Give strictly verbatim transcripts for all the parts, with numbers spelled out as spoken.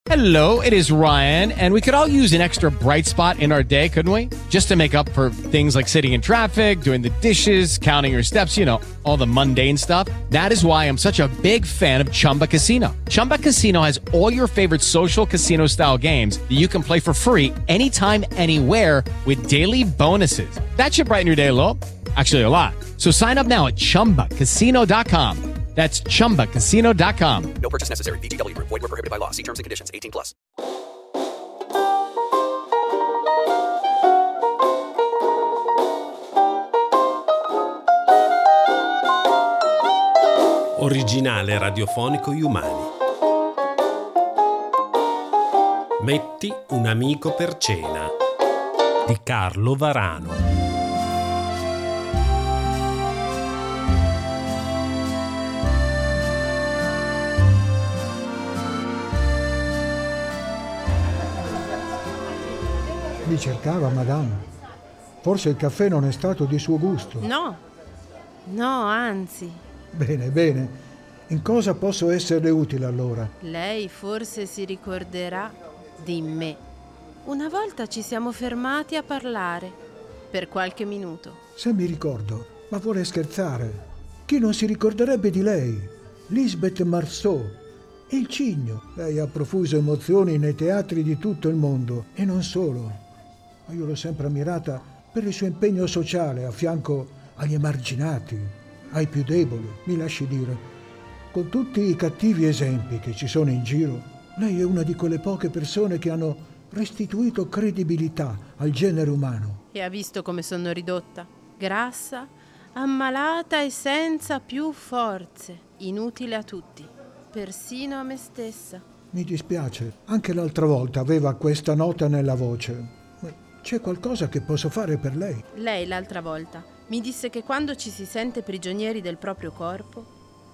Hello, it is Ryan, and we could all use an extra bright spot in our day, couldn't we? Just to make up for things like sitting in traffic, doing the dishes, counting your steps, you know, all the mundane stuff. That is why I'm such a big fan of Chumba Casino. Chumba Casino has all your favorite social casino-style games that you can play for free anytime, anywhere with daily bonuses. That should brighten your day a little. Actually, a lot. So sign up now at chumba casino dot com. That's chumba casino dot com. No purchase necessary. V G W Group. Void where prohibited by law. See terms and conditions. eighteen plus. Originale radiofonico Humani. Metti un amico per cena di Carlo Varano. Mi cercava, madame. Forse il caffè non è stato di suo gusto. No, no, anzi. Bene, bene. In cosa posso esserle utile allora? Lei forse si ricorderà di me. Una volta ci siamo fermati a parlare, per qualche minuto. Se mi ricordo, ma vuole scherzare. Chi non si ricorderebbe di lei? Lisbeth Marceau. Il Cigno. Lei ha profuso emozioni nei teatri di tutto il mondo, e non solo. Ma io l'ho sempre ammirata per il suo impegno sociale a fianco agli emarginati, ai più deboli, mi lasci dire. Con tutti i cattivi esempi che ci sono in giro, lei è una di quelle poche persone che hanno restituito credibilità al genere umano. E ha visto come sono ridotta? Grassa, ammalata e senza più forze, inutile a tutti, persino a me stessa. Mi dispiace, anche l'altra volta aveva questa nota nella voce. C'è qualcosa che posso fare per lei? Lei l'altra volta mi disse che quando ci si sente prigionieri del proprio corpo,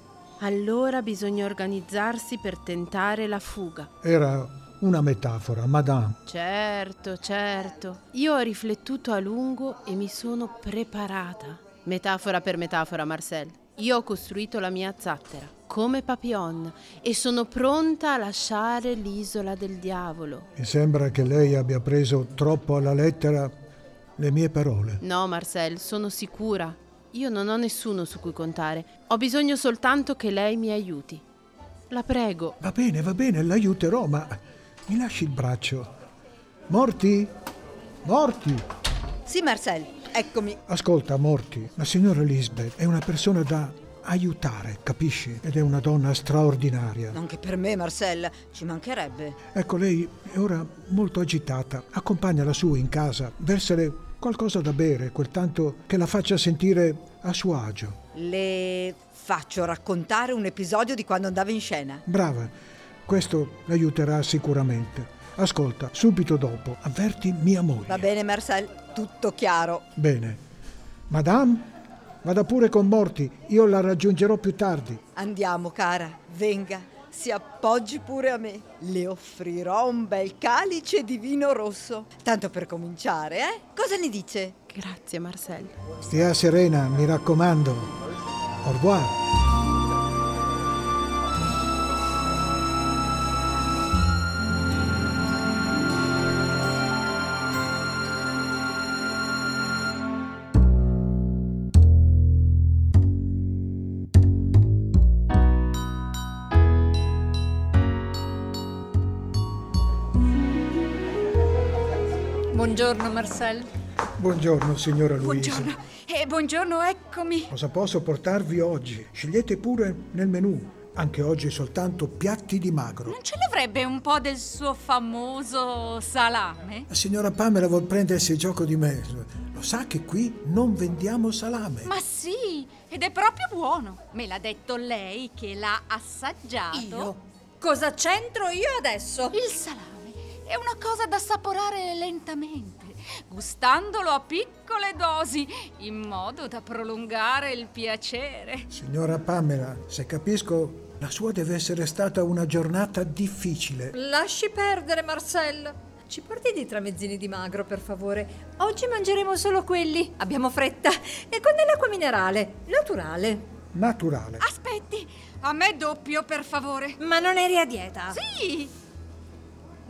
allora bisogna organizzarsi per tentare la fuga. Era una metafora, madame. Certo, certo. Io ho riflettuto a lungo e mi sono preparata. Metafora per metafora, Marcel. Io ho costruito la mia zattera, come Papillon, e sono pronta a lasciare l'isola del diavolo. Mi sembra che lei abbia preso troppo alla lettera le mie parole. No, Marcel, sono sicura. Io non ho nessuno su cui contare. Ho bisogno soltanto che lei mi aiuti. La prego. Va bene, va bene, l'aiuterò, ma mi lasci il braccio. Morty? Morty? Sì, Marcel, eccomi. Ascolta, Morty, la signora Lisbeth è una persona da aiutare, capisci? Ed è una donna straordinaria. Anche per me, Marcel, ci mancherebbe. Ecco, lei è ora molto agitata. Accompagnala su in casa, versale qualcosa da bere, quel tanto che la faccia sentire a suo agio. Le faccio raccontare un episodio di quando andavo in scena. Brava, questo l'aiuterà sicuramente. Ascolta, subito dopo, avverti mia moglie. Va bene, Marcel, tutto chiaro. Bene. Madame, vada pure con Morty, io la raggiungerò più tardi. Andiamo, cara, venga, si appoggi pure a me. Le offrirò un bel calice di vino rosso. Tanto per cominciare, eh? Cosa ne dice? Grazie, Marcel. Stia serena, mi raccomando. Au revoir. Buongiorno, Marcel. Buongiorno, signora Louise. Buongiorno. E buongiorno, eccomi. Cosa posso portarvi oggi? Scegliete pure nel menù. Anche oggi soltanto piatti di magro. Non ce l'avrebbe un po' del suo famoso salame? La signora Pamela vuol prendersi gioco di me. Lo sa che qui non vendiamo salame. Ma sì, ed è proprio buono. Me l'ha detto lei che l'ha assaggiato. Io? Cosa c'entro io adesso? Il salame è una cosa da assaporare lentamente, gustandolo a piccole dosi, in modo da prolungare il piacere. Signora Pamela, se capisco, la sua deve essere stata una giornata difficile. Lasci perdere, Marcel. Ci porti dei tramezzini di magro, per favore. Oggi mangeremo solo quelli. Abbiamo fretta. E con dell'acqua minerale, naturale. Naturale. Aspetti, a me doppio, per favore. Ma non eri a dieta? Sì,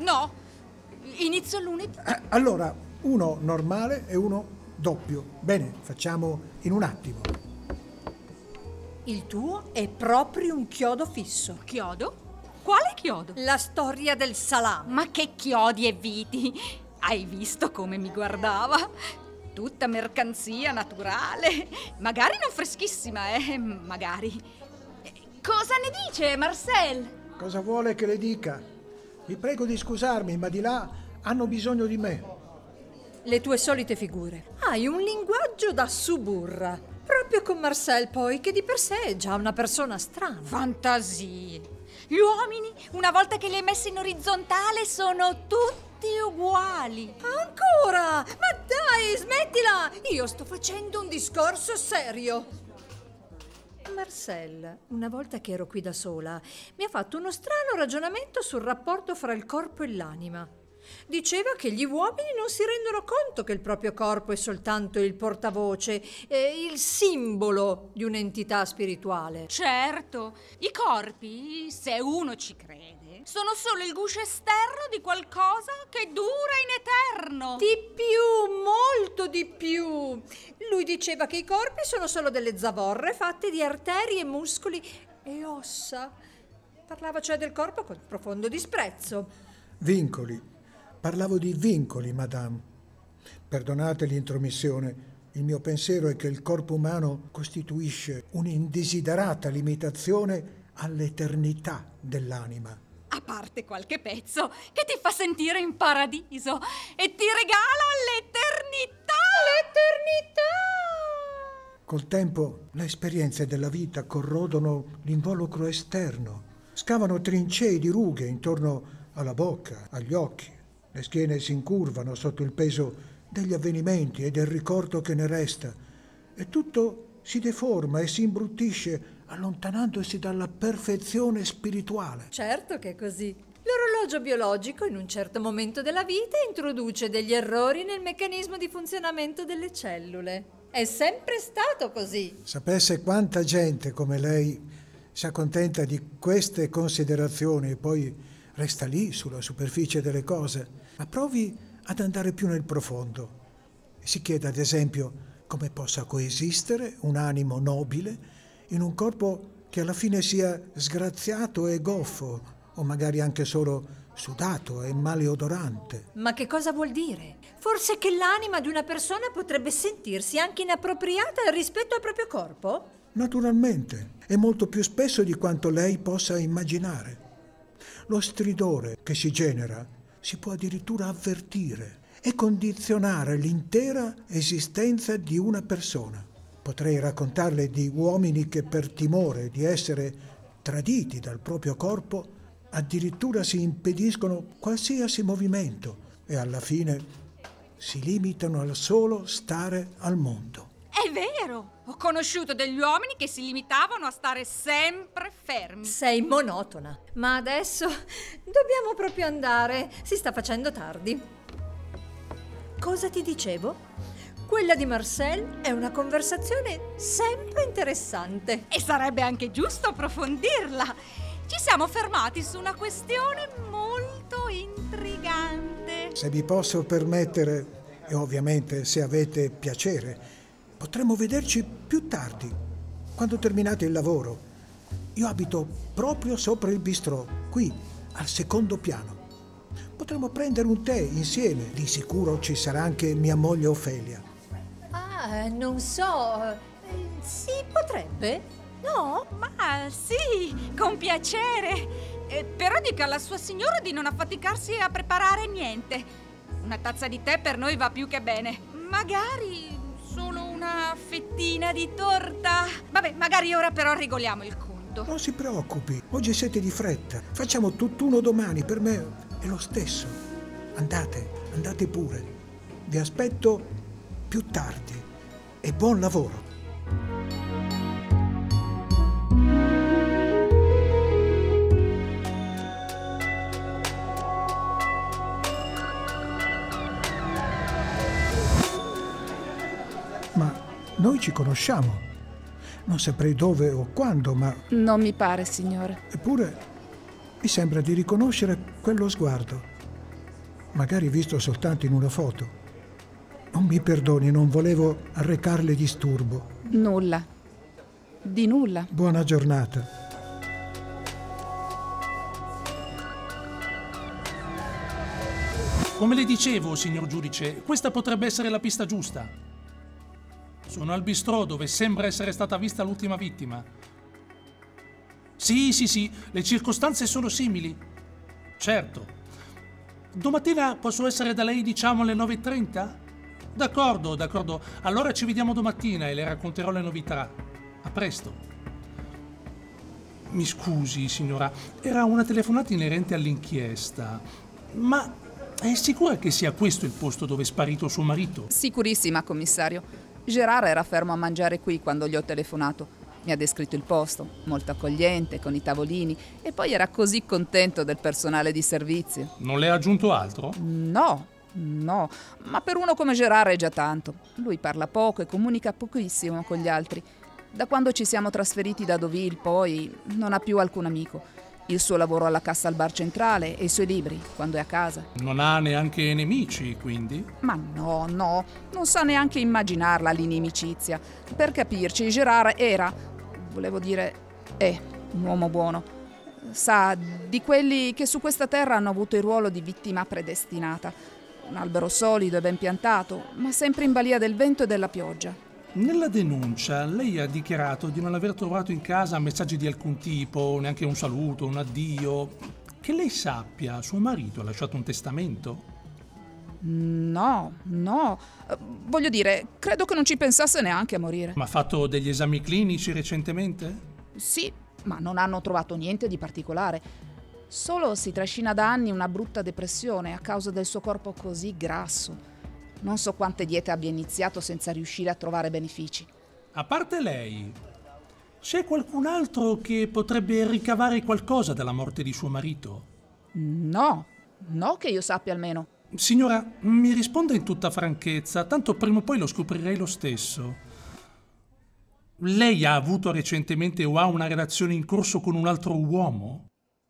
No, inizio lunedì. Eh, allora, uno normale e uno doppio. Bene, facciamo in un attimo. Il tuo è proprio un chiodo fisso. Chiodo? Quale chiodo? La storia del salame. Ma che chiodi e viti! Hai visto come mi guardava? Tutta mercanzia naturale. Magari non freschissima, eh? Magari. Cosa ne dice, Marcel? Cosa vuole che le dica? Vi prego di scusarmi, ma di là hanno bisogno di me. Le tue solite figure. Hai un linguaggio da suburra. Proprio con Marcel, poi, che di per sé è già una persona strana. Fantasie. Gli uomini, una volta che li hai messi in orizzontale, sono tutti uguali. Ancora? Ma dai, smettila! Io sto facendo un discorso serio. Marcel, una volta che ero qui da sola, mi ha fatto uno strano ragionamento sul rapporto fra il corpo e l'anima. Diceva che gli uomini non si rendono conto che il proprio corpo è soltanto il portavoce, eh, il simbolo di un'entità spirituale. Certo, i corpi, se uno ci crede, sono solo il guscio esterno di qualcosa che dura in eterno. Di più, molto di più. Lui diceva che i corpi sono solo delle zavorre fatte di arterie, muscoli e ossa. Parlava cioè del corpo con profondo disprezzo. Vincoli. Parlavo di vincoli, madame. Perdonate l'intromissione. Il mio pensiero è che il corpo umano costituisce un'indesiderata limitazione all'eternità dell'anima. A parte qualche pezzo che ti fa sentire in paradiso e ti regala l'eternità. L'eternità! Col tempo le esperienze della vita corrodono l'involucro esterno, scavano trincee di rughe intorno alla bocca, agli occhi. Le schiene si incurvano sotto il peso degli avvenimenti e del ricordo che ne resta, e tutto si deforma e si imbruttisce, allontanandosi dalla perfezione spirituale. Certo che è così. L'orologio biologico in un certo momento della vita introduce degli errori nel meccanismo di funzionamento delle cellule. È sempre stato così. Sapesse quanta gente come lei si accontenta di queste considerazioni e poi resta lì sulla superficie delle cose, ma provi ad andare più nel profondo. Si chiede ad esempio come possa coesistere un animo nobile in un corpo che alla fine sia sgraziato e goffo, o magari anche solo sudato e maleodorante. Ma che cosa vuol dire? Forse che l'anima di una persona potrebbe sentirsi anche inappropriata rispetto al proprio corpo? Naturalmente, e molto più spesso di quanto lei possa immaginare. Lo stridore che si genera si può addirittura avvertire e condizionare l'intera esistenza di una persona. Potrei raccontarle di uomini che per timore di essere traditi dal proprio corpo addirittura si impediscono qualsiasi movimento e alla fine si limitano al solo stare al mondo. È vero! Ho conosciuto degli uomini che si limitavano a stare sempre fermi. Sei monotona. Ma adesso dobbiamo proprio andare. Si sta facendo tardi. Cosa ti dicevo? Quella di Marcel è una conversazione sempre interessante. E sarebbe anche giusto approfondirla. Ci siamo fermati su una questione molto intrigante. Se vi posso permettere, e ovviamente se avete piacere, potremmo vederci più tardi, quando terminate il lavoro. Io abito proprio sopra il bistrò, qui, al secondo piano. Potremmo prendere un tè insieme. Di sicuro ci sarà anche mia moglie Ofelia. Ah, non so. Sì, potrebbe? No? Ma sì, con piacere. Eh, però dica alla sua signora di non affaticarsi a preparare niente. Una tazza di tè per noi va più che bene. Magari solo una fettina di torta. Vabbè, magari ora però regoliamo il conto. Non si preoccupi, oggi siete di fretta. Facciamo tutt'uno domani, per me è lo stesso. Andate, andate pure. Vi aspetto più tardi e buon lavoro. Ma noi ci conosciamo. Non saprei dove o quando, ma... Non mi pare, signore. Eppure mi sembra di riconoscere quello sguardo. magari visto soltanto in una foto. Non mi perdoni, non volevo arrecarle disturbo. Nulla. Di nulla. Buona giornata. Come le dicevo, signor giudice, questa potrebbe essere la pista giusta. Sono al bistrò dove sembra essere stata vista l'ultima vittima. Sì, sì, sì, le circostanze sono simili. Certo. Domattina posso essere da lei, diciamo, alle nove e trenta? D'accordo, d'accordo. Allora ci vediamo domattina e le racconterò le novità. A presto. Mi scusi, signora, era una telefonata inerente all'inchiesta. Ma è sicura che sia questo il posto dove è sparito suo marito? Sicurissima, commissario. Gerard era fermo a mangiare qui quando gli ho telefonato. Mi ha descritto il posto, molto accogliente, con i tavolini, e poi era così contento del personale di servizio. Non le ha aggiunto altro? No, no, ma per uno come Gerard è già tanto. Lui parla poco e comunica pochissimo con gli altri. Da quando ci siamo trasferiti da Deauville, poi, non ha più alcun amico. Il suo lavoro alla cassa al bar centrale e i suoi libri, quando è a casa. Non ha neanche nemici, quindi? Ma no, no, non sa neanche immaginarla l'inimicizia. Per capirci, Gerard era, volevo dire, è un uomo buono. Sa, di quelli che su questa terra hanno avuto il ruolo di vittima predestinata. Un albero solido e ben piantato, ma sempre in balia del vento e della pioggia. Nella denuncia lei ha dichiarato di non aver trovato in casa messaggi di alcun tipo, neanche un saluto, un addio. Che lei sappia, suo marito ha lasciato un testamento? No, no. Voglio dire, credo che non ci pensasse neanche a morire. Ma ha fatto degli esami clinici recentemente? Sì, ma non hanno trovato niente di particolare. Solo si trascina da anni una brutta depressione a causa del suo corpo così grasso. Non so quante diete abbia iniziato senza riuscire a trovare benefici. A parte lei, c'è qualcun altro che potrebbe ricavare qualcosa dalla morte di suo marito? No, no che io sappia almeno. Signora, mi risponda in tutta franchezza, tanto prima o poi lo scoprirei lo stesso. Lei ha avuto recentemente o ha una relazione in corso con un altro uomo?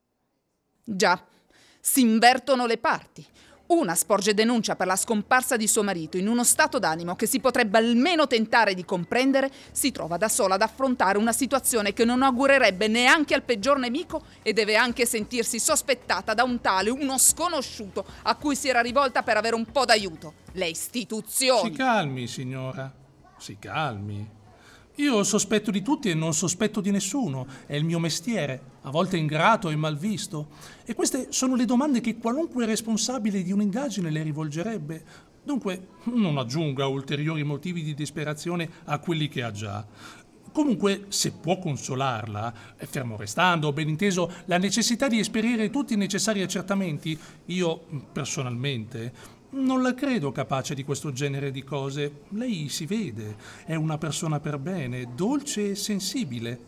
Già, si invertono le parti. Una sporge denuncia per la scomparsa di suo marito in uno stato d'animo che si potrebbe almeno tentare di comprendere, si trova da sola ad affrontare una situazione che non augurerebbe neanche al peggior nemico e deve anche sentirsi sospettata da un tale, uno sconosciuto, a cui si era rivolta per avere un po' d'aiuto. Le istituzioni. Si calmi, signora, si calmi. Io sospetto di tutti e non sospetto di nessuno. È il mio mestiere, a volte ingrato e malvisto. E queste sono le domande che qualunque responsabile di un'indagine le rivolgerebbe. Dunque, non aggiunga ulteriori motivi di disperazione a quelli che ha già. Comunque, se può consolarla, fermo restando, ben inteso, la necessità di esperire tutti i necessari accertamenti, io, personalmente, non la credo capace di questo genere di cose. Lei si vede, è una persona per bene, dolce e sensibile.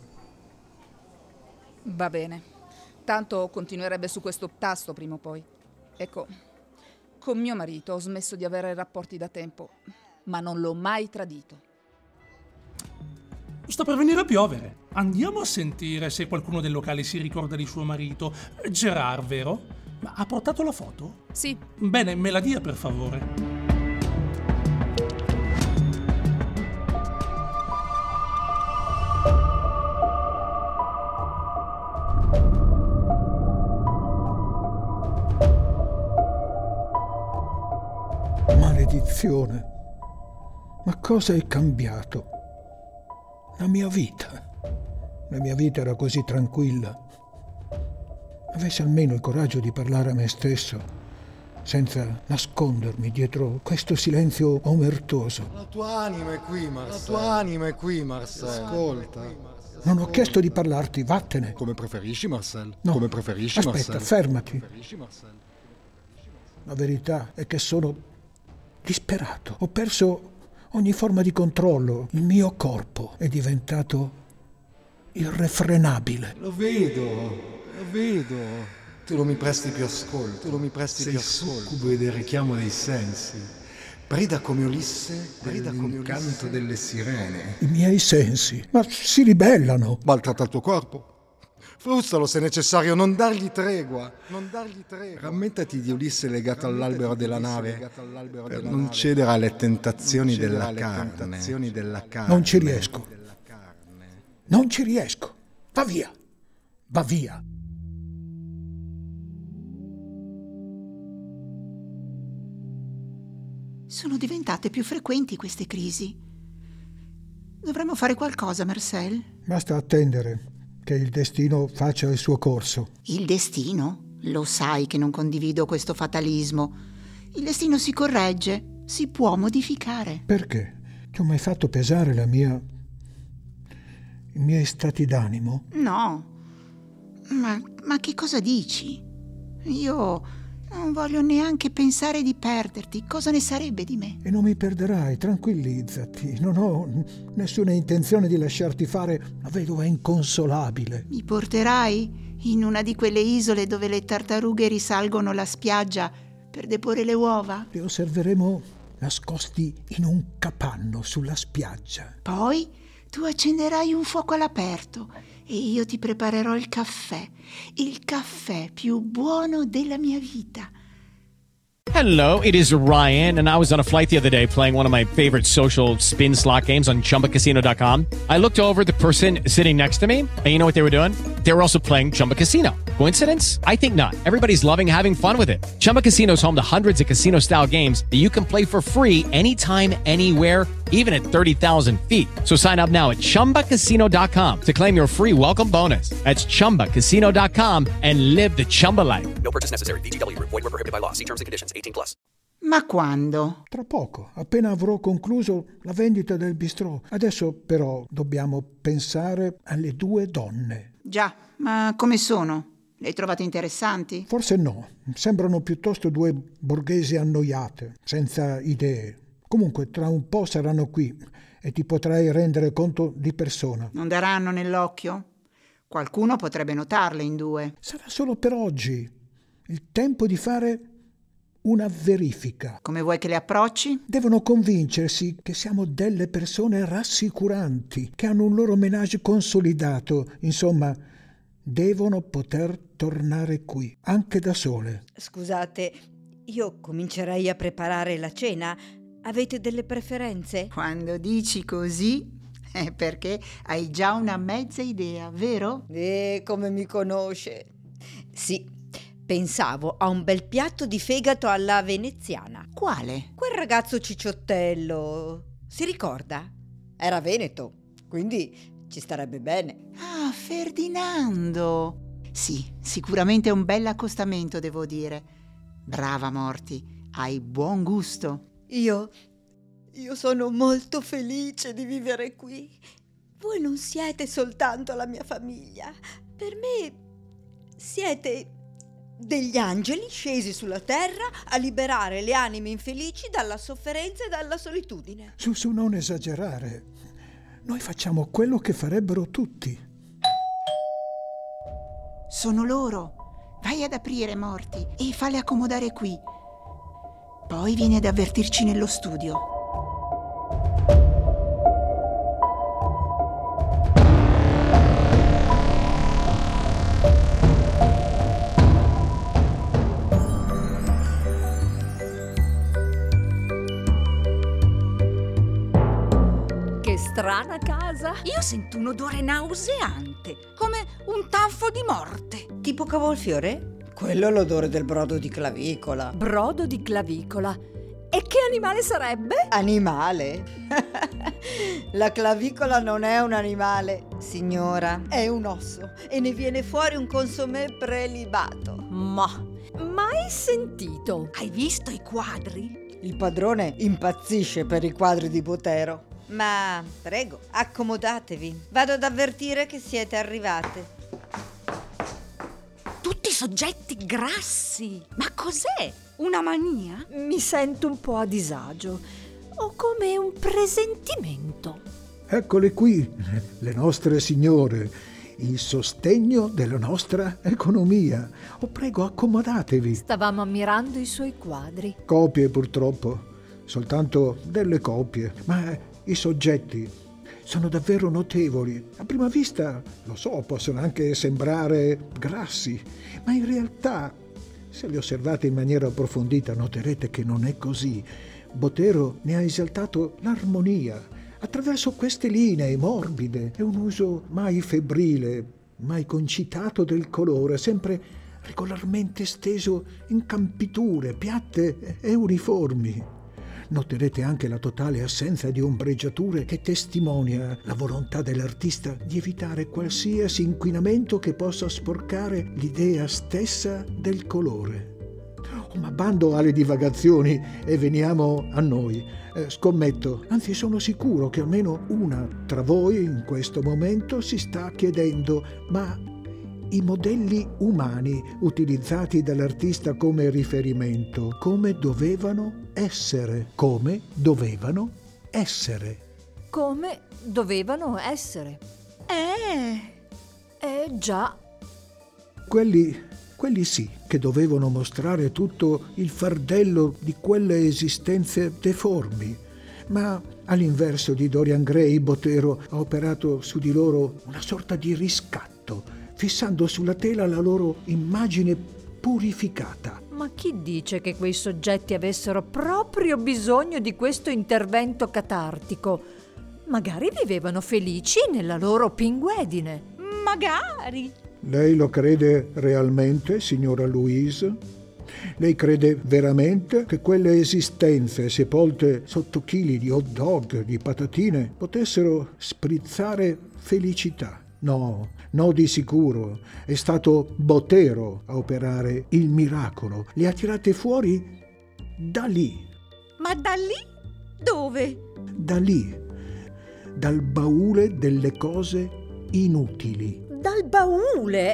Va bene. Tanto continuerebbe su questo tasto prima o poi. Ecco, con mio marito ho smesso di avere rapporti da tempo, ma non l'ho mai tradito. Sta per venire a piovere. Andiamo a sentire se qualcuno del locale si ricorda di suo marito. Gerard, vero? Ma ha portato la foto? Sì. Bene, me la dia per favore. Maledizione. Ma cosa è cambiato? La mia vita. La mia vita era così tranquilla. Avessi almeno il coraggio di parlare a me stesso, senza nascondermi dietro questo silenzio omertoso. La tua anima è qui, Marcel. La tua anima è qui, Marcel. Ascolta. Non ho chiesto di parlarti, vattene. Come preferisci, Marcel? No. Come preferisci, Aspetta, Marcel? fermati. La verità è che sono disperato. Ho perso ogni forma di controllo. Il mio corpo è diventato irrefrenabile. Lo vedo. Lo vedo. Tu non mi presti più ascolto. Tu non mi presti Sei più ascolto. succubo del richiamo dei sensi. Preda come Ulisse, preda come Dell'incanto Ulisse. delle sirene. I miei sensi, ma si ribellano. Maltratta il tuo corpo. Frustalo se necessario, non dargli tregua. Non dargli tregua. Rammentati di Ulisse legato all'albero della nave per non cedere alle tentazioni della carne. Non ci riesco. Non ci riesco. Va via. Va via. Sono diventate più frequenti queste crisi. Dovremmo fare qualcosa, Marcel. Basta attendere che il destino faccia il suo corso. Il destino? Lo sai che non condivido questo fatalismo. Il destino si corregge, si può modificare. Perché? Ti ho mai fatto pesare la mia... i miei stati d'animo? No. Ma, ma che cosa dici? Io... non voglio neanche pensare di perderti. Cosa ne sarebbe di me? E non mi perderai, tranquillizzati. Non ho nessuna intenzione di lasciarti fare la vedova inconsolabile. Mi porterai in una di quelle isole dove le tartarughe risalgono la spiaggia per deporre le uova? Li osserveremo nascosti in un capanno sulla spiaggia. Poi tu accenderai un fuoco all'aperto e io ti preparerò il caffè, il caffè più buono della mia vita. Hello, it is Ryan, and I was on a flight the other day playing one of my favorite social spin slot games on Chumba Casino dot com. I looked over at the person sitting next to me, and you know what they were doing? They were also playing Chumba Casino. Coincidence? I think not. Everybody's loving having fun with it. Chumba Casino is home to hundreds of casino-style games that you can play for free anytime, anywhere, even at thirty thousand feet. So sign up now at Chumba Casino dot com to claim your free welcome bonus. That's Chumba Casino dot com and live the Chumba life. No purchase necessary. V G W. Void where prohibited by law. See terms and conditions. eighteen plus. Ma quando? Tra poco, appena avrò concluso la vendita del bistrò. Adesso però dobbiamo pensare alle due donne. Già, ma come sono? Le hai trovate interessanti? Forse no. Sembrano piuttosto due borghesi annoiate, senza idee. Comunque, tra un po' saranno qui e ti potrai rendere conto di persona. Non daranno nell'occhio? Qualcuno potrebbe notarle in due. Sarà solo per oggi. Il tempo di fare una verifica. Come vuoi che le approcci? Devono convincersi che siamo delle persone rassicuranti, che hanno un loro ménage consolidato. Insomma, devono poter tornare qui, anche da sole. Scusate, io comincerei a preparare la cena. Avete delle preferenze? Quando dici così è perché hai già una mezza idea, vero? Eh, come mi conosce. Sì, pensavo a un bel piatto di fegato alla veneziana. Quale? Quel ragazzo cicciottello, si ricorda? Era veneto, quindi ci starebbe bene. Ah, Ferdinando! Sì, sicuramente è un bel accostamento, devo dire. Brava Morti, hai buon gusto. Io, io sono molto felice di vivere qui. Voi non siete soltanto la mia famiglia. Per me siete degli angeli scesi sulla terra a liberare le anime infelici dalla sofferenza e dalla solitudine. Su, su, non esagerare. Noi facciamo quello che farebbero tutti. Sono loro. Vai ad aprire, Morti, e falli accomodare qui. Poi vieni ad avvertirci nello studio. Che strana casa. Io sento un odore nauseante, come un tanfo di morte. Tipo cavolfiore? Quello è l'odore del brodo di clavicola. Brodo di clavicola. E che animale sarebbe? Animale? La clavicola non è un animale, signora. È un osso e ne viene fuori un consomé prelibato. Ma, mai sentito. Hai visto i quadri? Il padrone impazzisce per i quadri di Botero. Ma, prego, accomodatevi. Vado ad avvertire che siete arrivate. Tutti soggetti grassi. Ma cos'è? Una mania? Mi sento un po' a disagio. Ho come un presentimento. Eccole qui, le nostre signore, il sostegno della nostra economia. Oh, prego, accomodatevi. Stavamo ammirando i suoi quadri. Copie, purtroppo. Soltanto delle copie. Ma i soggetti sono davvero notevoli. A prima vista, lo so, possono anche sembrare grassi, ma in realtà, se li osservate in maniera approfondita, noterete che non è così. Botero ne ha esaltato l'armonia attraverso queste linee morbide e un uso mai febbrile, mai concitato del colore, sempre regolarmente steso in campiture piatte e uniformi. Noterete anche la totale assenza di ombreggiature che testimonia la volontà dell'artista di evitare qualsiasi inquinamento che possa sporcare l'idea stessa del colore. Oh, ma bando alle divagazioni e veniamo a noi. Eh, scommetto, anzi sono sicuro che almeno una tra voi in questo momento si sta chiedendo: ma i modelli umani utilizzati dall'artista come riferimento, come dovevano essere? Come dovevano essere? Come dovevano essere? Eh, Eh già. Quelli, quelli sì, che dovevano mostrare tutto il fardello di quelle esistenze deformi. Ma all'inverso di Dorian Gray, Botero ha operato su di loro una sorta di riscatto, fissando sulla tela la loro immagine purificata. Ma chi dice che quei soggetti avessero proprio bisogno di questo intervento catartico? Magari vivevano felici nella loro pinguedine. Magari. Lei lo crede realmente, signora Louise? Lei crede veramente che quelle esistenze sepolte sotto chili di hot dog, di patatine, potessero sprizzare felicità? No, no di sicuro. È stato Botero a operare il miracolo. Le ha tirate fuori da lì. Ma da lì? Dove? Da lì. Dal baule delle cose inutili. Dal baule?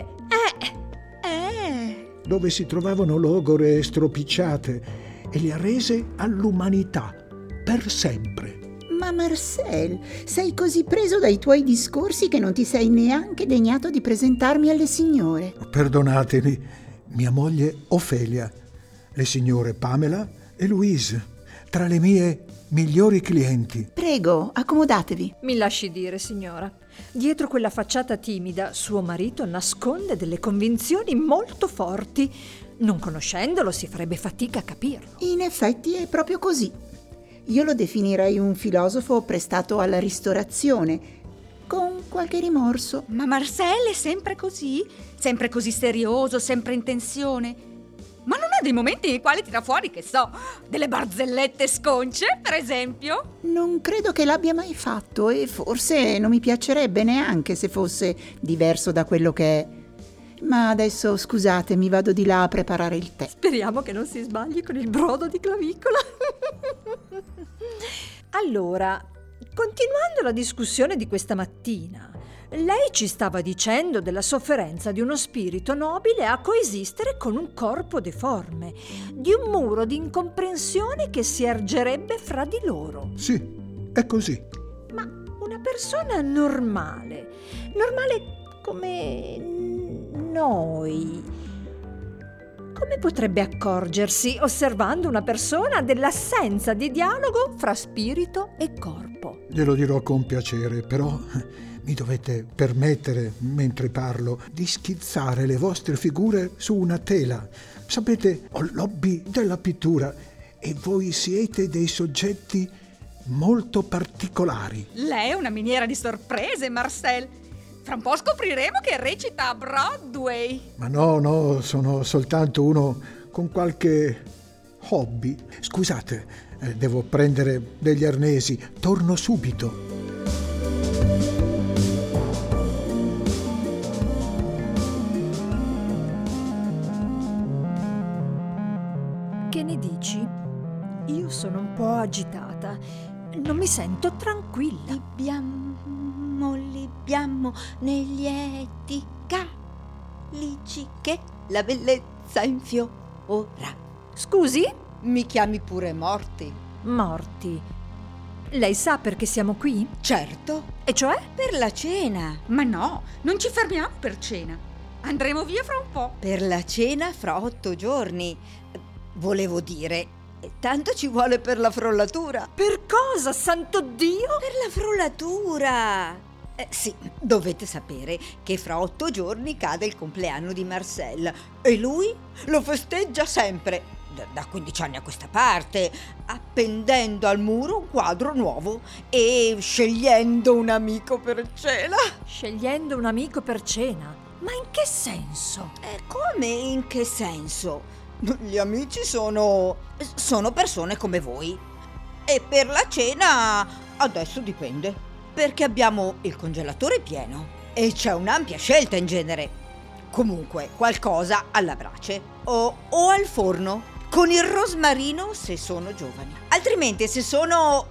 Eh! eh. Dove si trovavano logore e stropicciate, e le ha rese all'umanità per sempre. Ma Marcel, sei così preso dai tuoi discorsi che non ti sei neanche degnato di presentarmi alle signore. Perdonatemi, mia moglie Ofelia, le signore Pamela e Louise, tra le mie migliori clienti. Prego, accomodatevi. Mi lasci dire, signora. Dietro quella facciata timida, suo marito nasconde delle convinzioni molto forti. Non conoscendolo si farebbe fatica a capirlo. In effetti è proprio così. Io lo definirei un filosofo prestato alla ristorazione, con qualche rimorso. Ma Marcel è sempre così? Sempre così serioso, sempre in tensione? Ma non ha dei momenti nei quali tira fuori, che so, delle barzellette sconce, per esempio? Non credo che l'abbia mai fatto e forse non mi piacerebbe neanche se fosse diverso da quello che è. Ma adesso scusate, mi vado di là a preparare il tè. Speriamo che non si sbagli con il brodo di clavicola. Allora, continuando la discussione di questa mattina, lei ci stava dicendo della sofferenza di uno spirito nobile a coesistere con un corpo deforme, di un muro di incomprensione che si ergerebbe fra di loro. Sì, è così. Ma una persona normale, normale come noi, come potrebbe accorgersi, osservando una persona, dell'assenza di dialogo fra spirito e corpo? Glielo dirò con piacere, però mi dovete permettere, mentre parlo, di schizzare le vostre figure su una tela. Sapete, ho l'hobby della pittura e voi siete dei soggetti molto particolari. Lei è una miniera di sorprese, Marcel. Fra un po' scopriremo che recita a Broadway. Ma no, no, sono soltanto uno con qualche hobby. Scusate, eh, devo prendere degli arnesi. Torno subito. Che ne dici? Io sono un po' agitata. Non mi sento tranquilla. Libbiamo, libbiamo negli eti calici che la bellezza infiora. Scusi? Mi chiami pure Morti? Morti. Lei sa perché siamo qui? Certo. E cioè? Per la cena. Ma no, non ci fermiamo per cena. Andremo via fra un po'. Per la cena fra otto giorni. Volevo dire, E tanto ci vuole per la frollatura. Per cosa, santo Dio? Per la frollatura. Eh, sì, dovete sapere che fra otto giorni cade il compleanno di Marcel e lui lo festeggia sempre, da, da quindici anni a questa parte, appendendo al muro un quadro nuovo e scegliendo un amico per cena. Scegliendo un amico per cena? Ma in che senso? Eh, come in che senso? Gli amici sono... sono persone come voi. E per la cena adesso dipende, perché abbiamo il congelatore pieno e c'è un'ampia scelta in genere. Comunque qualcosa alla brace o, o al forno, con il rosmarino se sono giovani. Altrimenti, se sono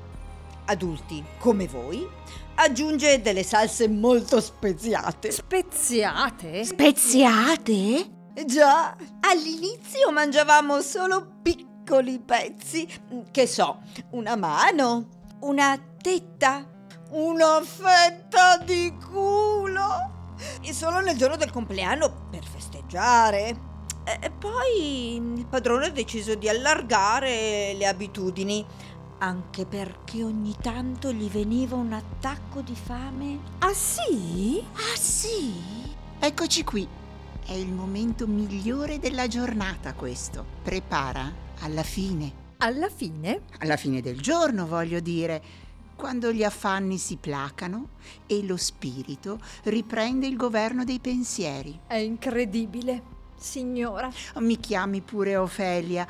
adulti come voi, aggiunge delle salse molto speziate. Speziate? Speziate? Già, all'inizio mangiavamo solo piccoli pezzi, che so, una mano, una tetta, una fetta di culo, e solo nel giorno del compleanno per festeggiare. E poi il padrone ha deciso di allargare le abitudini, anche perché ogni tanto gli veniva un attacco di fame. Ah sì? Ah sì? Eccoci qui. È il momento migliore della giornata questo. Prepara alla fine. Alla fine? Alla fine del giorno, voglio dire, quando gli affanni si placano e lo spirito riprende il governo dei pensieri. È incredibile, signora. Mi chiami pure Ofelia.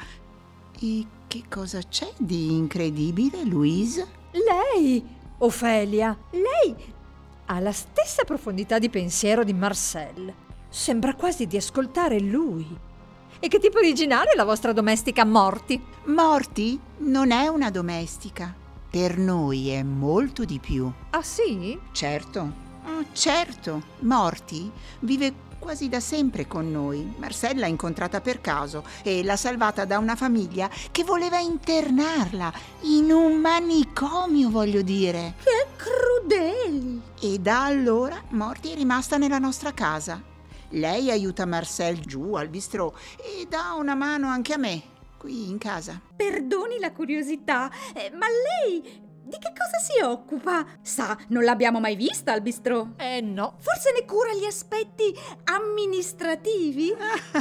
E che cosa c'è di incredibile, Louise? Lei, Ofelia, lei ha la stessa profondità di pensiero di Marcel. Sembra quasi di ascoltare lui. E che tipo originale è la vostra domestica Morty? Morty non è una domestica. Per noi è molto di più. Ah sì? Certo, oh, certo. Morty vive quasi da sempre con noi. Marcel l'ha incontrata per caso e l'ha salvata da una famiglia che voleva internarla in un manicomio, voglio dire. Che crudeli! E da allora Morty è rimasta nella nostra casa. Lei aiuta Marcel giù al bistrò e dà una mano anche a me, qui in casa. Perdoni la curiosità, eh, ma lei di che cosa si occupa? Sa, non l'abbiamo mai vista al bistrò. Eh no. Forse ne cura gli aspetti amministrativi?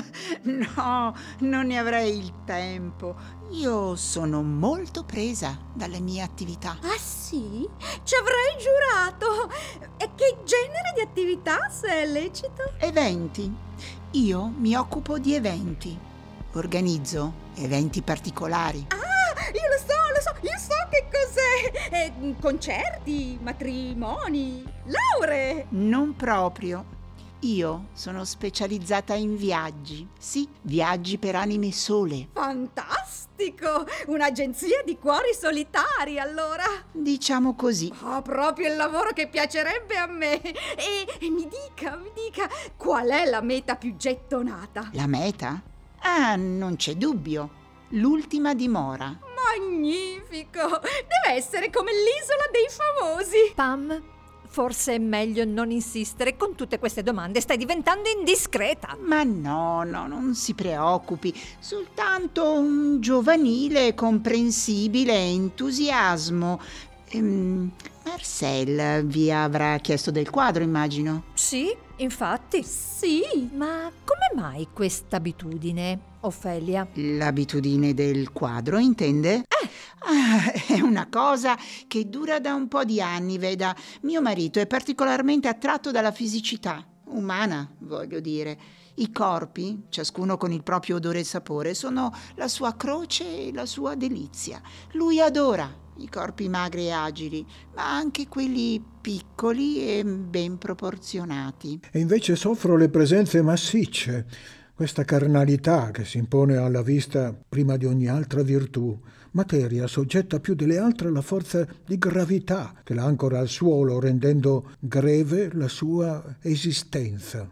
No, non ne avrei il tempo. Io sono molto presa dalle mie attività. Ah sì? Ci avrei giurato! E che genere di attività, se è lecito? Eventi. Io mi occupo di eventi. Organizzo eventi particolari. Ah, io lo so, lo so, io so che cos'è! Eh, concerti, matrimoni, lauree! Non proprio. Io sono specializzata in viaggi. Sì, viaggi per anime sole. Fantastico! Un'agenzia di cuori solitari, allora! Diciamo così. Oh, proprio il lavoro che piacerebbe a me! E, e mi dica, mi dica, qual è la meta più gettonata? La meta? Ah, non c'è dubbio. L'ultima dimora. Magnifico! Deve essere come l'isola dei famosi! Pam, forse è meglio non insistere con tutte queste domande, stai diventando indiscreta. Ma no, no, non si preoccupi, soltanto un giovanile, comprensibile entusiasmo. Ehm, Marcel vi avrà chiesto del quadro, immagino. Sì, infatti. Sì. Ma come mai questa abitudine, Ofelia? L'abitudine del quadro, intende? Eh! Ah, è una cosa che dura da un po' di anni, veda. Mio marito è particolarmente attratto dalla fisicità umana, voglio dire. I corpi, ciascuno con il proprio odore e sapore, sono la sua croce e la sua delizia. Lui adora i corpi magri e agili, ma anche quelli piccoli e ben proporzionati. E invece soffro le presenze massicce, questa carnalità che si impone alla vista prima di ogni altra virtù, materia soggetta più delle altre alla forza di gravità che la ancora al suolo, rendendo greve la sua esistenza.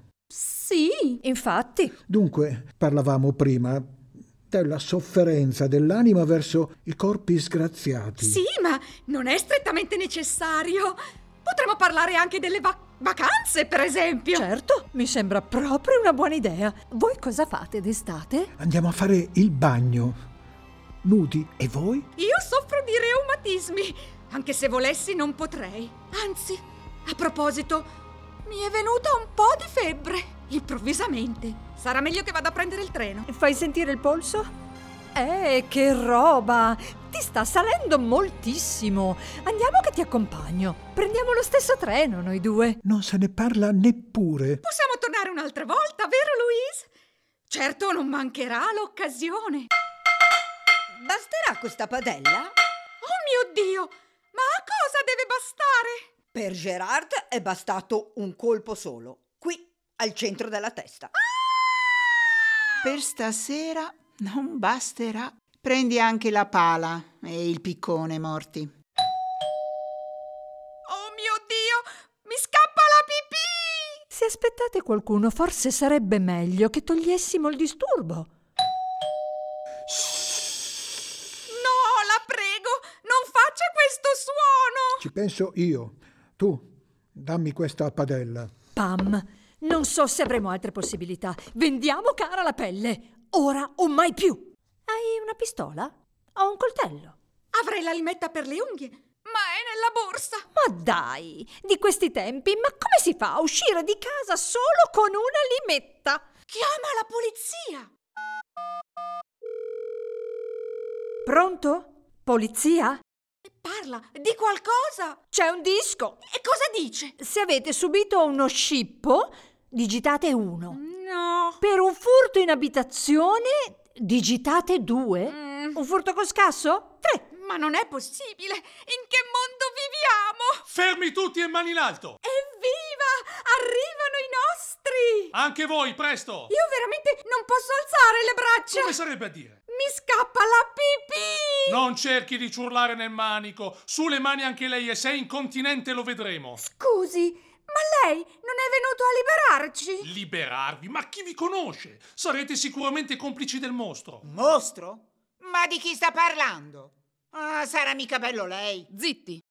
Sì, infatti. Dunque, parlavamo prima della sofferenza dell'anima verso i corpi sgraziati. Sì, ma non è strettamente necessario. Potremmo parlare anche delle va- vacanze, per esempio. Certo, mi sembra proprio una buona idea. Voi cosa fate d'estate? Andiamo a fare il bagno. nudi, e voi? Io soffro di reumatismi, anche se volessi non potrei. Anzi, a proposito, mi è venuta un po' di febbre, improvvisamente. Sarà meglio che vada a prendere il treno. Fai sentire il polso? Eh, che roba! Ti sta salendo moltissimo. Andiamo che ti accompagno. Prendiamo lo stesso treno, noi due. Non se ne parla neppure. Possiamo tornare un'altra volta, vero Louise? Certo, non mancherà l'occasione. Basterà questa padella? Oh mio Dio! Ma a cosa deve bastare? Per Gerard è bastato un colpo solo, qui, al centro della testa. Ah! Per stasera non basterà. Prendi anche la pala e il piccone, Morty. Oh mio Dio! Mi scappa la pipì! Se aspettate qualcuno, forse sarebbe meglio che togliessimo il disturbo. No, la prego, non faccia questo suono! Ci penso io. Tu, dammi questa padella. Pam, non so se avremo altre possibilità. Vendiamo cara la pelle, ora o mai più. Hai una pistola? Ho un coltello. Avrei la limetta per le unghie, ma è nella borsa. Ma dai, di questi tempi, ma come si fa a uscire di casa solo con una limetta? Chiama la polizia. Pronto? Polizia? Parla, di qualcosa. C'è un disco. E cosa dice? Se avete subito uno scippo, digitate uno. No. Per un furto in abitazione, digitate due. Mm. Un furto con scasso? Tre. Ma non è possibile. In che mondo viviamo? Fermi tutti e mani in alto! Evviva! Arrivano i nostri! Anche voi, presto! Io veramente non posso alzare le braccia. Come sarebbe a dire? Mi scappa la pipì! Non cerchi di ciurlare nel manico. Su le mani anche lei, e se è incontinente lo vedremo. Scusi, ma lei non è venuto a liberarci? Liberarvi? Ma chi vi conosce? Sarete sicuramente complici del mostro. Mostro? Ma di chi sta parlando? Ah, sarà mica bello lei. Zitti!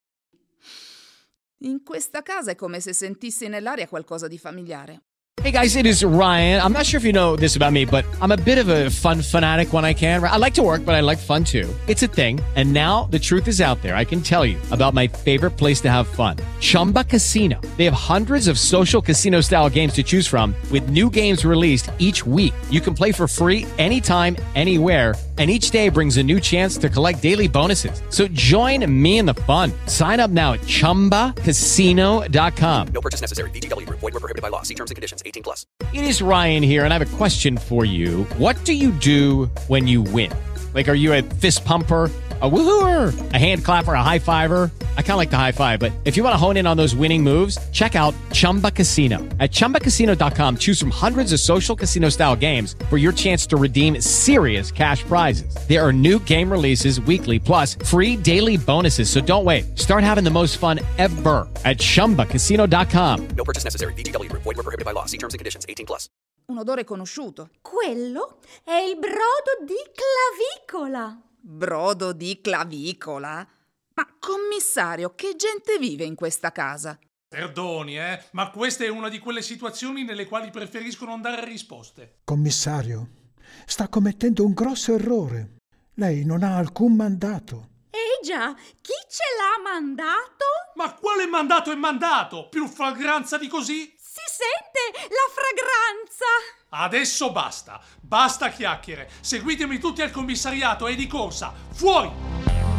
In questa casa è come se sentissi nell'aria qualcosa di familiare. Hey guys, it is Ryan. I'm not sure if you know this about me, but I'm a bit of a fun fanatic when I can. I like to work, but I like fun too. It's a thing. And now the truth is out there. I can tell you about my favorite place to have fun. Chumba Casino. They have hundreds of social casino style games to choose from with new games released each week. You can play for free anytime, anywhere. And each day brings a new chance to collect daily bonuses. So join me in the fun. Sign up now at chumba casino dot com. No purchase necessary. V G W. Void where prohibited by law. See terms and conditions. eighteen plus. It is Ryan here, and I have a question for you. What do you do when you win? Like, are you a fist pumper, a woohooer, a hand clapper, a high fiver? I kind of like the high five, but if you want to hone in on those winning moves, check out Chumba Casino. At chumba casino dot com, choose from hundreds of social casino style games for your chance to redeem serious cash prizes. There are new game releases weekly, plus free daily bonuses. So don't wait. Start having the most fun ever at chumba casino dot com. No purchase necessary. V G W. Void where prohibited by law. See terms and conditions. eighteen plus. Un odore conosciuto. Quello è il brodo di clavicola. Brodo di clavicola? Ma commissario, che gente vive in questa casa? Perdoni, eh, ma questa è una di quelle situazioni nelle quali preferisco non dare risposte. Commissario, sta commettendo un grosso errore. Lei non ha alcun mandato. Eh già, chi ce l'ha mandato? Ma quale mandato è mandato? Più flagranza di così? Si sente la fragranza! Adesso basta, basta chiacchiere. Seguitemi tutti al commissariato e di corsa, fuori!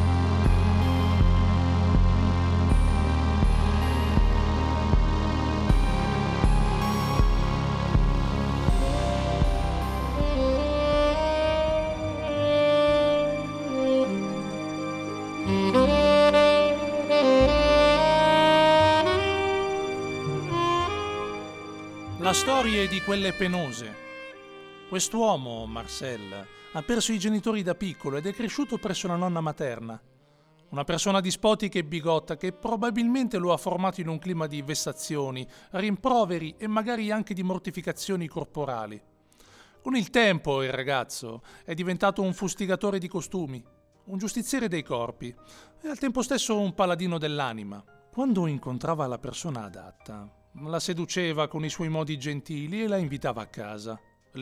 La storia è di quelle penose. Quest'uomo, Marcel, ha perso i genitori da piccolo ed è cresciuto presso la nonna materna. Una persona dispotica e bigotta che probabilmente lo ha formato in un clima di vessazioni, rimproveri e magari anche di mortificazioni corporali. Con il tempo il ragazzo è diventato un fustigatore di costumi, un giustiziere dei corpi e al tempo stesso un paladino dell'anima. Quando incontrava la persona adatta, la seduceva con i suoi modi gentili e la invitava a casa. Lì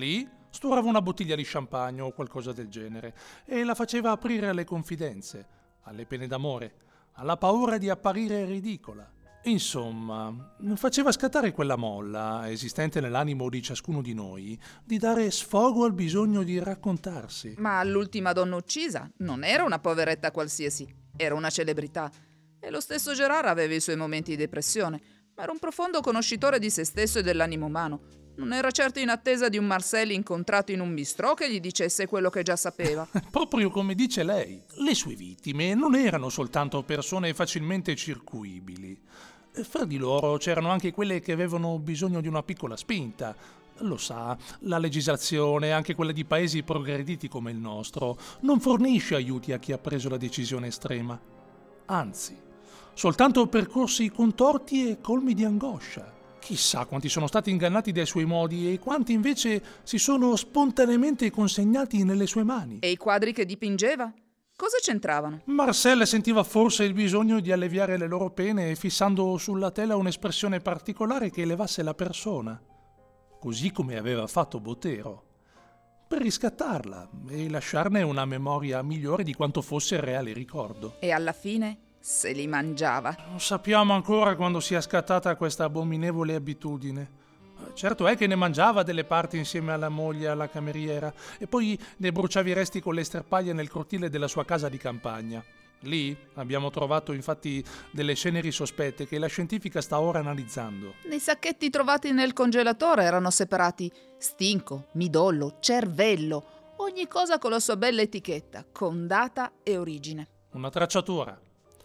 sturava una bottiglia di champagne o qualcosa del genere e la faceva aprire alle confidenze, alle pene d'amore, alla paura di apparire ridicola. Insomma, faceva scattare quella molla, esistente nell'animo di ciascuno di noi, di dare sfogo al bisogno di raccontarsi. Ma l'ultima donna uccisa non era una poveretta qualsiasi, era una celebrità. E lo stesso Gerard aveva i suoi momenti di depressione, ma era un profondo conoscitore di se stesso e dell'animo umano. Non era certo in attesa di un Marcel incontrato in un bistrò che gli dicesse quello che già sapeva. Proprio come dice lei, le sue vittime non erano soltanto persone facilmente circuibili. Fra di loro c'erano anche quelle che avevano bisogno di una piccola spinta. Lo sa, la legislazione, anche quella di paesi progrediti come il nostro, non fornisce aiuti a chi ha preso la decisione estrema. Anzi, soltanto percorsi contorti e colmi di angoscia. Chissà quanti sono stati ingannati dai suoi modi e quanti invece si sono spontaneamente consegnati nelle sue mani. E i quadri che dipingeva? Cosa c'entravano? Marcel sentiva forse il bisogno di alleviare le loro pene fissando sulla tela un'espressione particolare che elevasse la persona, così come aveva fatto Botero, per riscattarla e lasciarne una memoria migliore di quanto fosse il reale ricordo. E alla fine se li mangiava. Non sappiamo ancora quando sia scattata questa abominevole abitudine. Certo è che ne mangiava delle parti insieme alla moglie e alla cameriera e poi ne bruciava i resti con le sterpaglie nel cortile della sua casa di campagna. Lì abbiamo trovato infatti delle ceneri sospette che la scientifica sta ora analizzando. Nei sacchetti trovati nel congelatore erano separati stinco, midollo, cervello, ogni cosa con la sua bella etichetta, con data e origine. Una tracciatura,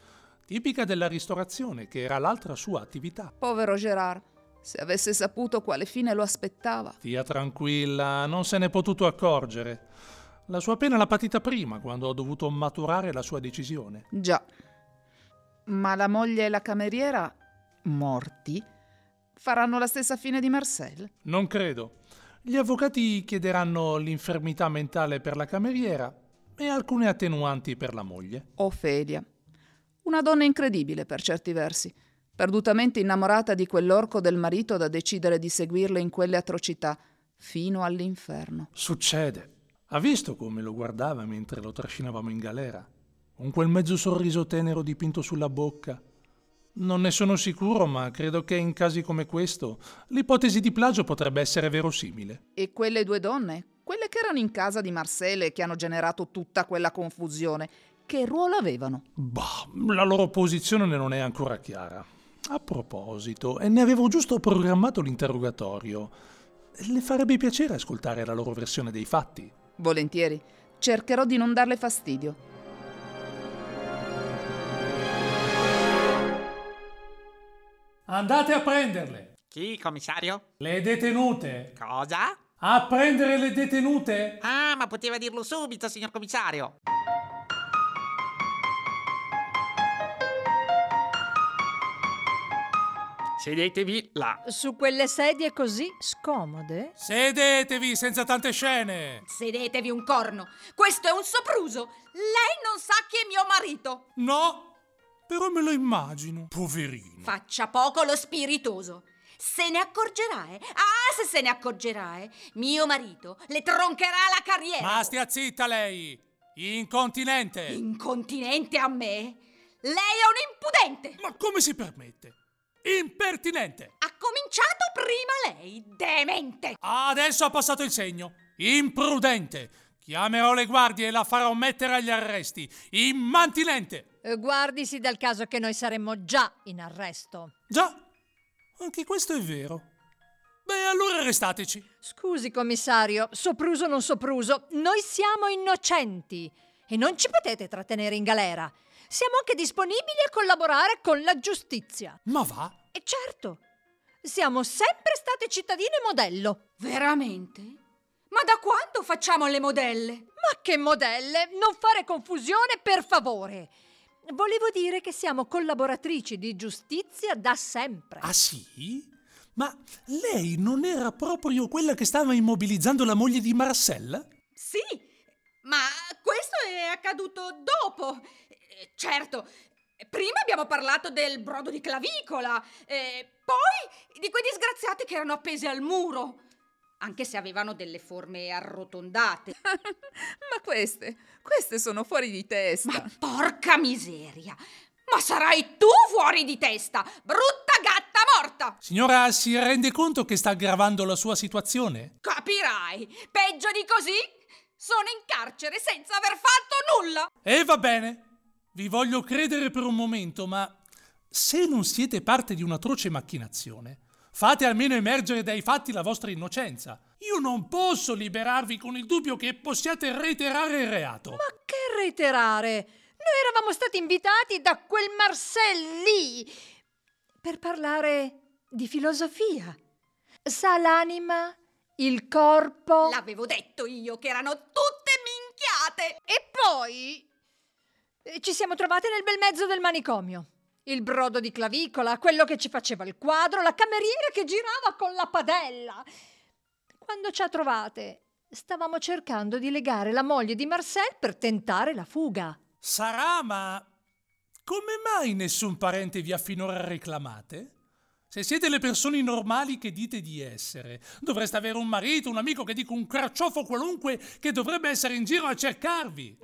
tipica della ristorazione, che era l'altra sua attività. Povero Gerard, se avesse saputo quale fine lo aspettava. Stia tranquilla, non se n'è potuto accorgere. La sua pena l'ha patita prima, quando ha dovuto maturare la sua decisione. Già. Ma la moglie e la cameriera, morti, faranno la stessa fine di Marcel? Non credo. Gli avvocati chiederanno l'infermità mentale per la cameriera e alcune attenuanti per la moglie. Ofelia. Una donna incredibile per certi versi, perdutamente innamorata di quell'orco del marito da decidere di seguirle in quelle atrocità, fino all'inferno. Succede. Ha visto come lo guardava mentre lo trascinavamo in galera? Con quel mezzo sorriso tenero dipinto sulla bocca. Non ne sono sicuro, ma credo che in casi come questo l'ipotesi di plagio potrebbe essere verosimile. E quelle due donne? Quelle che erano in casa di Marcel e che hanno generato tutta quella confusione, che ruolo avevano? Bah, la loro posizione non è ancora chiara. A proposito, ne avevo giusto programmato l'interrogatorio. Le farebbe piacere ascoltare la loro versione dei fatti? Volentieri. Cercherò di non darle fastidio. Andate a prenderle. Chi, commissario? Le detenute. Cosa? A prendere le detenute? Ah, ma poteva dirlo subito, signor commissario. Sedetevi là. Su quelle sedie così scomode? Sedetevi senza tante scene. Sedetevi un corno. Questo è un sopruso. Lei non sa chi è mio marito. No, però me lo immagino. Poverino. Faccia poco lo spiritoso. Se ne accorgerà, eh? Ah, se se ne accorgerà, eh? Mio marito le troncherà la carriera. Ma stia zitta lei. Incontinente. Incontinente a me? Lei è un impudente. Ma come si permette? Impertinente! Ha cominciato prima lei, demente! Adesso ha passato il segno. Imprudente! Chiamerò le guardie e la farò mettere agli arresti. Immantinente! Eh, guardisi dal caso che noi saremmo già in arresto. Già? Anche questo è vero. Beh, allora arrestateci. Scusi, commissario, sopruso o non sopruso, noi siamo innocenti e non ci potete trattenere in galera. Siamo anche disponibili a collaborare con la giustizia. Ma va? E certo, siamo sempre state cittadine modello. Veramente? Ma da quando facciamo le modelle? Ma che modelle? Non fare confusione, per favore. Volevo dire che siamo collaboratrici di giustizia da sempre. Ah sì? Ma lei non era proprio quella che stava immobilizzando la moglie di Marcel? Sì, ma questo è accaduto dopo. Certo, prima abbiamo parlato del brodo di clavicola, e poi di quei disgraziati che erano appesi al muro. anche se avevano delle forme arrotondate. Ma queste, queste sono fuori di testa. Ma porca miseria! Ma sarai tu fuori di testa, brutta gatta morta! Signora, si rende conto che sta aggravando la sua situazione? Capirai, peggio di così, sono in carcere senza aver fatto nulla! E va bene, vi voglio credere per un momento, ma se non siete parte di un'atroce macchinazione, fate almeno emergere dai fatti la vostra innocenza. Io non posso liberarvi con il dubbio che possiate reiterare il reato. Ma che reiterare? Noi eravamo stati invitati da quel Marcel lì per parlare di filosofia. Sa l'anima, il corpo. L'avevo detto io che erano tutte minchiate. E poi ci siamo trovate nel bel mezzo del manicomio. Il brodo di clavicola, quello che ci faceva il quadro, la cameriera che girava con la padella. Quando ci ha trovate, stavamo cercando di legare la moglie di Marcel per tentare la fuga. Sarà, ma come mai nessun parente vi ha finora reclamate? Se siete le persone normali che dite di essere, dovreste avere un marito, un amico, che dico un carciofo qualunque, che dovrebbe essere in giro a cercarvi.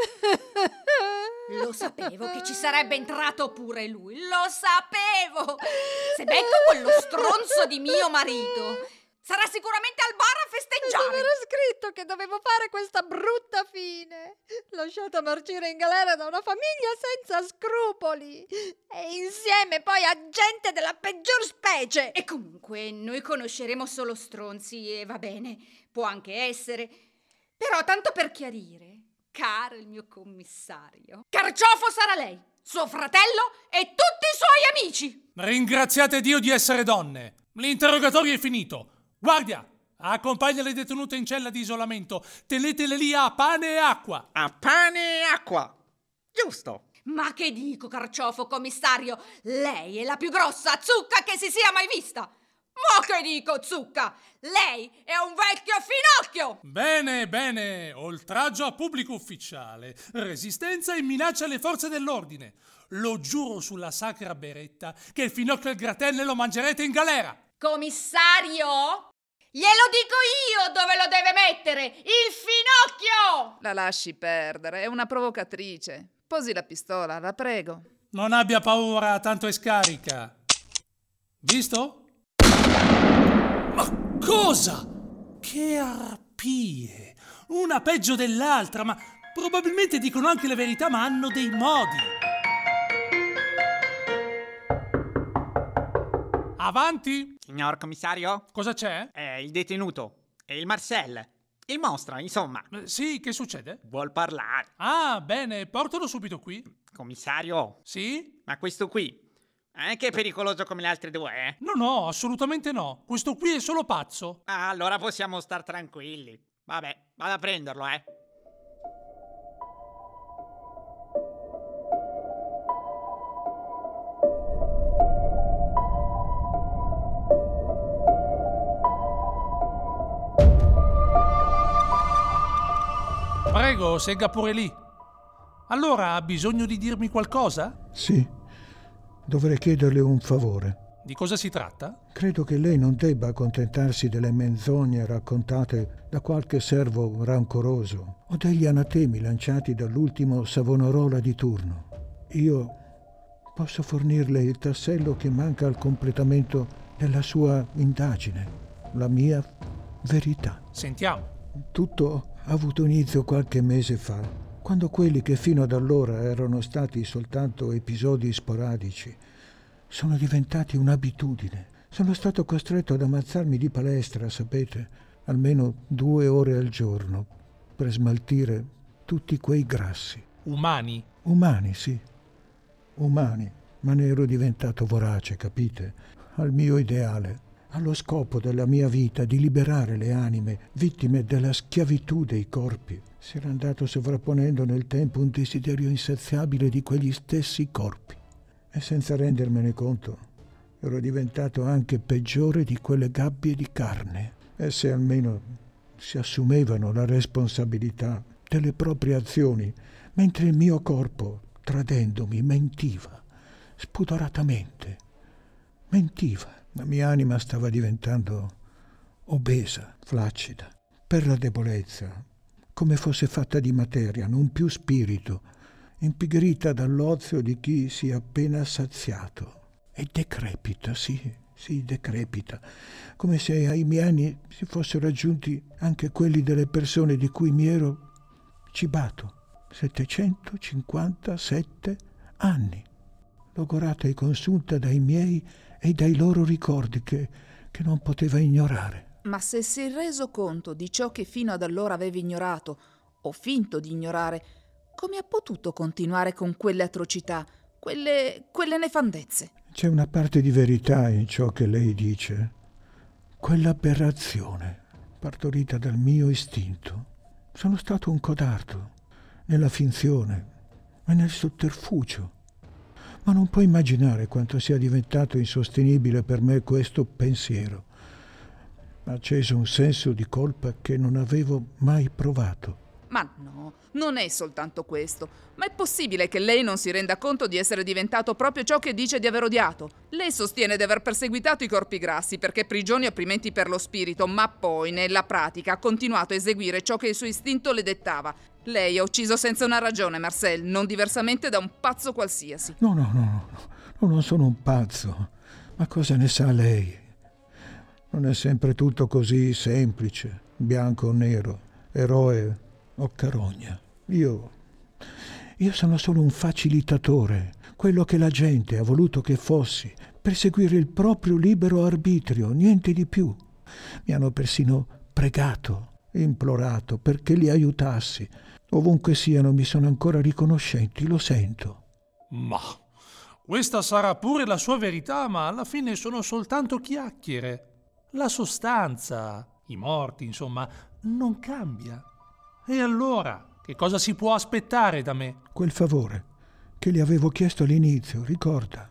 Lo sapevo che ci sarebbe entrato pure lui, lo sapevo! Se becco quello stronzo di mio marito, sarà sicuramente al bar a festeggiare! Era scritto che dovevo fare questa brutta fine, lasciata marcire in galera da una famiglia senza scrupoli e insieme poi a gente della peggior specie. E comunque noi conosceremo solo stronzi e va bene, può anche essere, però tanto per chiarire, caro il mio commissario, carciofo sarà lei, suo fratello e tutti i suoi amici! Ringraziate Dio di essere donne! L'interrogatorio è finito! Guardia, accompagna le detenute in cella di isolamento. Tenetele lì a pane e acqua. A pane e acqua. Giusto. Ma che dico, carciofo commissario? Lei è la più grossa zucca che si sia mai vista. Ma che dico, zucca? Lei è un vecchio finocchio. Bene, bene. Oltraggio a pubblico ufficiale. Resistenza e minaccia alle forze dell'ordine. Lo giuro sulla sacra beretta che il finocchio al gratelle lo mangerete in galera. Commissario? Glielo dico io dove lo deve mettere! Il finocchio! La lasci perdere, è una provocatrice. Posi la pistola, la prego. Non abbia paura, tanto è scarica. Visto? Ma cosa? Che arpie! Una peggio dell'altra, ma probabilmente dicono anche la verità, ma hanno dei modi. Avanti! Signor commissario? Cosa c'è? È il detenuto. È il Marcel. Il mostro, insomma. Eh, sì, che succede? Vuol parlare. Ah, bene, portalo subito qui. Commissario? Sì? Ma questo qui è anche pericoloso come le altre due, eh? No, no, assolutamente no. Questo qui è solo pazzo. Ah, allora possiamo star tranquilli. Vabbè, vado a prenderlo, eh. Prego, segga pure lì. Allora, ha bisogno di dirmi qualcosa? Sì, dovrei chiederle un favore. Di cosa si tratta? Credo che lei non debba accontentarsi delle menzogne raccontate da qualche servo rancoroso o degli anatemi lanciati dall'ultimo Savonarola di turno. Io posso fornirle il tassello che manca al completamento della sua indagine, la mia verità. Sentiamo. Tutto ha avuto inizio qualche mese fa, quando quelli che fino ad allora erano stati soltanto episodi sporadici sono diventati un'abitudine. Sono stato costretto ad ammazzarmi di palestra, sapete, almeno due ore al giorno, per smaltire tutti quei grassi. Umani? Umani, sì. Umani, ma ne ero diventato vorace, capite? Al mio ideale. Allo scopo della mia vita di liberare le anime vittime della schiavitù dei corpi. Si era andato sovrapponendo nel tempo un desiderio insaziabile di quegli stessi corpi. E senza rendermene conto, ero diventato anche peggiore di quelle gabbie di carne. Esse almeno si assumevano la responsabilità delle proprie azioni, mentre il mio corpo, tradendomi, mentiva, spudoratamente. Mentiva. La mia anima stava diventando obesa, flaccida, per la debolezza, come fosse fatta di materia, non più spirito, impigrita dall'ozio di chi si è appena saziato. E decrepita, sì, sì, decrepita, come se ai miei anni si fossero aggiunti anche quelli delle persone di cui mi ero cibato. settecentocinquantasette anni, logorata e consunta dai miei e dai loro ricordi che, che non poteva ignorare. Ma se si è reso conto di ciò che fino ad allora aveva ignorato, o finto di ignorare, come ha potuto continuare con quelle atrocità, quelle, quelle nefandezze? C'è una parte di verità in ciò che lei dice. Quell'aberrazione, partorita dal mio istinto. Sono stato un codardo, nella finzione e nel sotterfugio. Ma non puoi immaginare quanto sia diventato insostenibile per me questo pensiero. Ha acceso un senso di colpa che non avevo mai provato. Ma no, non è soltanto questo. Ma è possibile che lei non si renda conto di essere diventato proprio ciò che dice di aver odiato? Lei sostiene di aver perseguitato i corpi grassi perché prigioni opprimenti per lo spirito, ma poi, nella pratica, ha continuato a eseguire ciò che il suo istinto le dettava. Lei ha ucciso senza una ragione, Marcel, non diversamente da un pazzo qualsiasi. No, no, no, no, non sono un pazzo. Ma cosa ne sa lei? Non è sempre tutto così semplice, bianco o nero, eroe o carogna. Io, io sono solo un facilitatore, quello che la gente ha voluto che fossi, per seguire il proprio libero arbitrio, niente di più. Mi hanno persino pregato, implorato perché li aiutassi. Ovunque siano mi sono ancora riconoscenti, lo sento. Ma questa sarà pure la sua verità, ma alla fine sono soltanto chiacchiere. La sostanza, i morti, insomma, non cambia. E allora, che cosa si può aspettare da me? Quel favore che le avevo chiesto all'inizio, ricorda.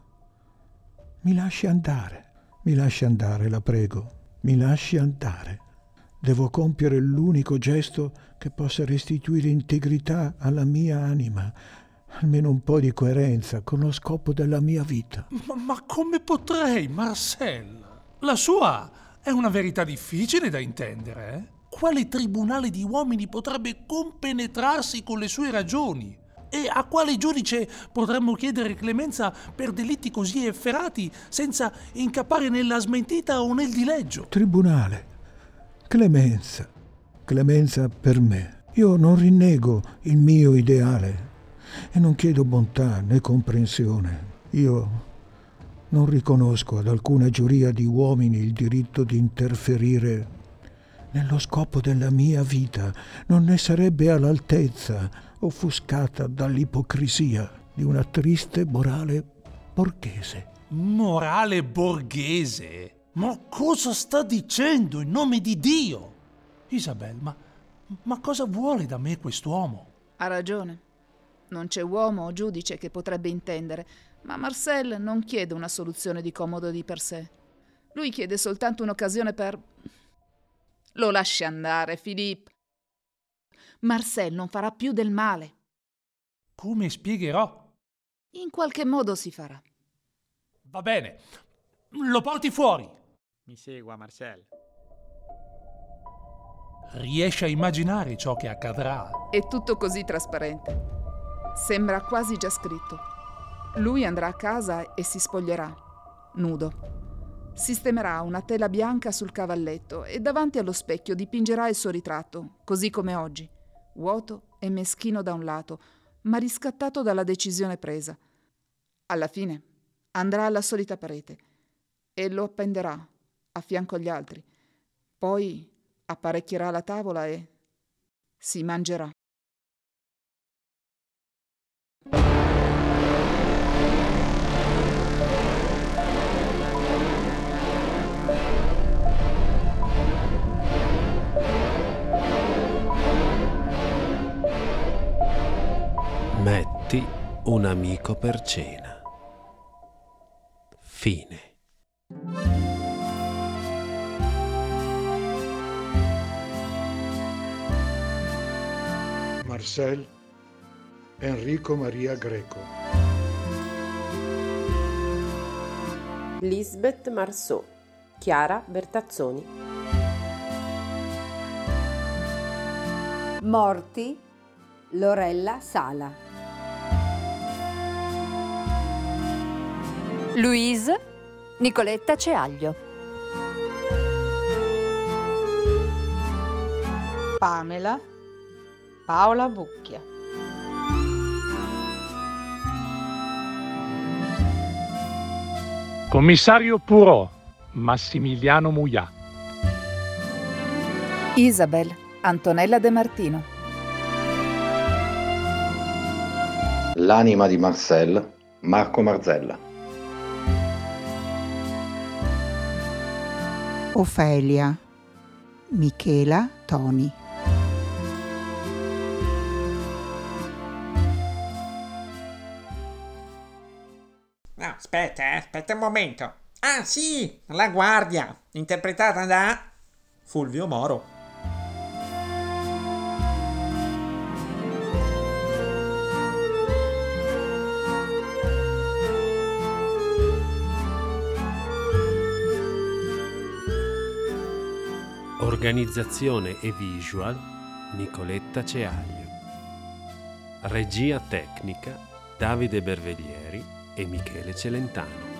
Mi lasci andare, mi lasci andare, la prego, mi lasci andare. Devo compiere l'unico gesto che possa restituire integrità alla mia anima, almeno un po' di coerenza con lo scopo della mia vita. Ma, ma come potrei, Marcel? La sua è una verità difficile da intendere, eh? Quale tribunale di uomini potrebbe compenetrarsi con le sue ragioni? E a quale giudice potremmo chiedere clemenza per delitti così efferati senza incappare nella smentita o nel dileggio? Tribunale. Clemenza. Clemenza per me. Io non rinnego il mio ideale e non chiedo bontà né comprensione. Io non riconosco ad alcuna giuria di uomini il diritto di interferire nello scopo della mia vita. Non ne sarebbe all'altezza, offuscata dall'ipocrisia di una triste morale borghese. Morale borghese? Ma cosa sta dicendo in nome di Dio? Isabel, ma, ma cosa vuole da me quest'uomo? Ha ragione. Non c'è uomo o giudice che potrebbe intendere, ma Marcel non chiede una soluzione di comodo di per sé. Lui chiede soltanto un'occasione per... Lo lasci andare, Philippe. Marcel non farà più del male. Come spiegherò? In qualche modo si farà. Va bene, lo porti fuori. Mi segua, Marcel. Riesci a immaginare ciò che accadrà? È tutto così trasparente. Sembra quasi già scritto. Lui andrà a casa e si spoglierà, nudo. Sistemerà una tela bianca sul cavalletto e davanti allo specchio dipingerà il suo ritratto, così come oggi, vuoto e meschino da un lato, ma riscattato dalla decisione presa. Alla fine andrà alla solita parete e lo appenderà a fianco agli altri. Poi apparecchierà la tavola e si mangerà. Metti un amico per cena. Fine. Marcel Enrico Maria Greco. Lisbeth Marceau, Chiara Bertazzoni. Morti, Lorella Sala. Louise, Nicoletta Ceaglio. Pamela, Paola Bucchia. Commissario Purò, Massimiliano Muià. Isabel, Antonella De Martino. L'anima di Marcel, Marco Marzella. Ofelia, Michela Toni. No, aspetta, eh, aspetta un momento. Ah, sì, La Guardia, interpretata da Fulvio Moro. Organizzazione e visual Nicoletta Ceaglio. Regia tecnica Davide Berveglieri e Michele Celentano.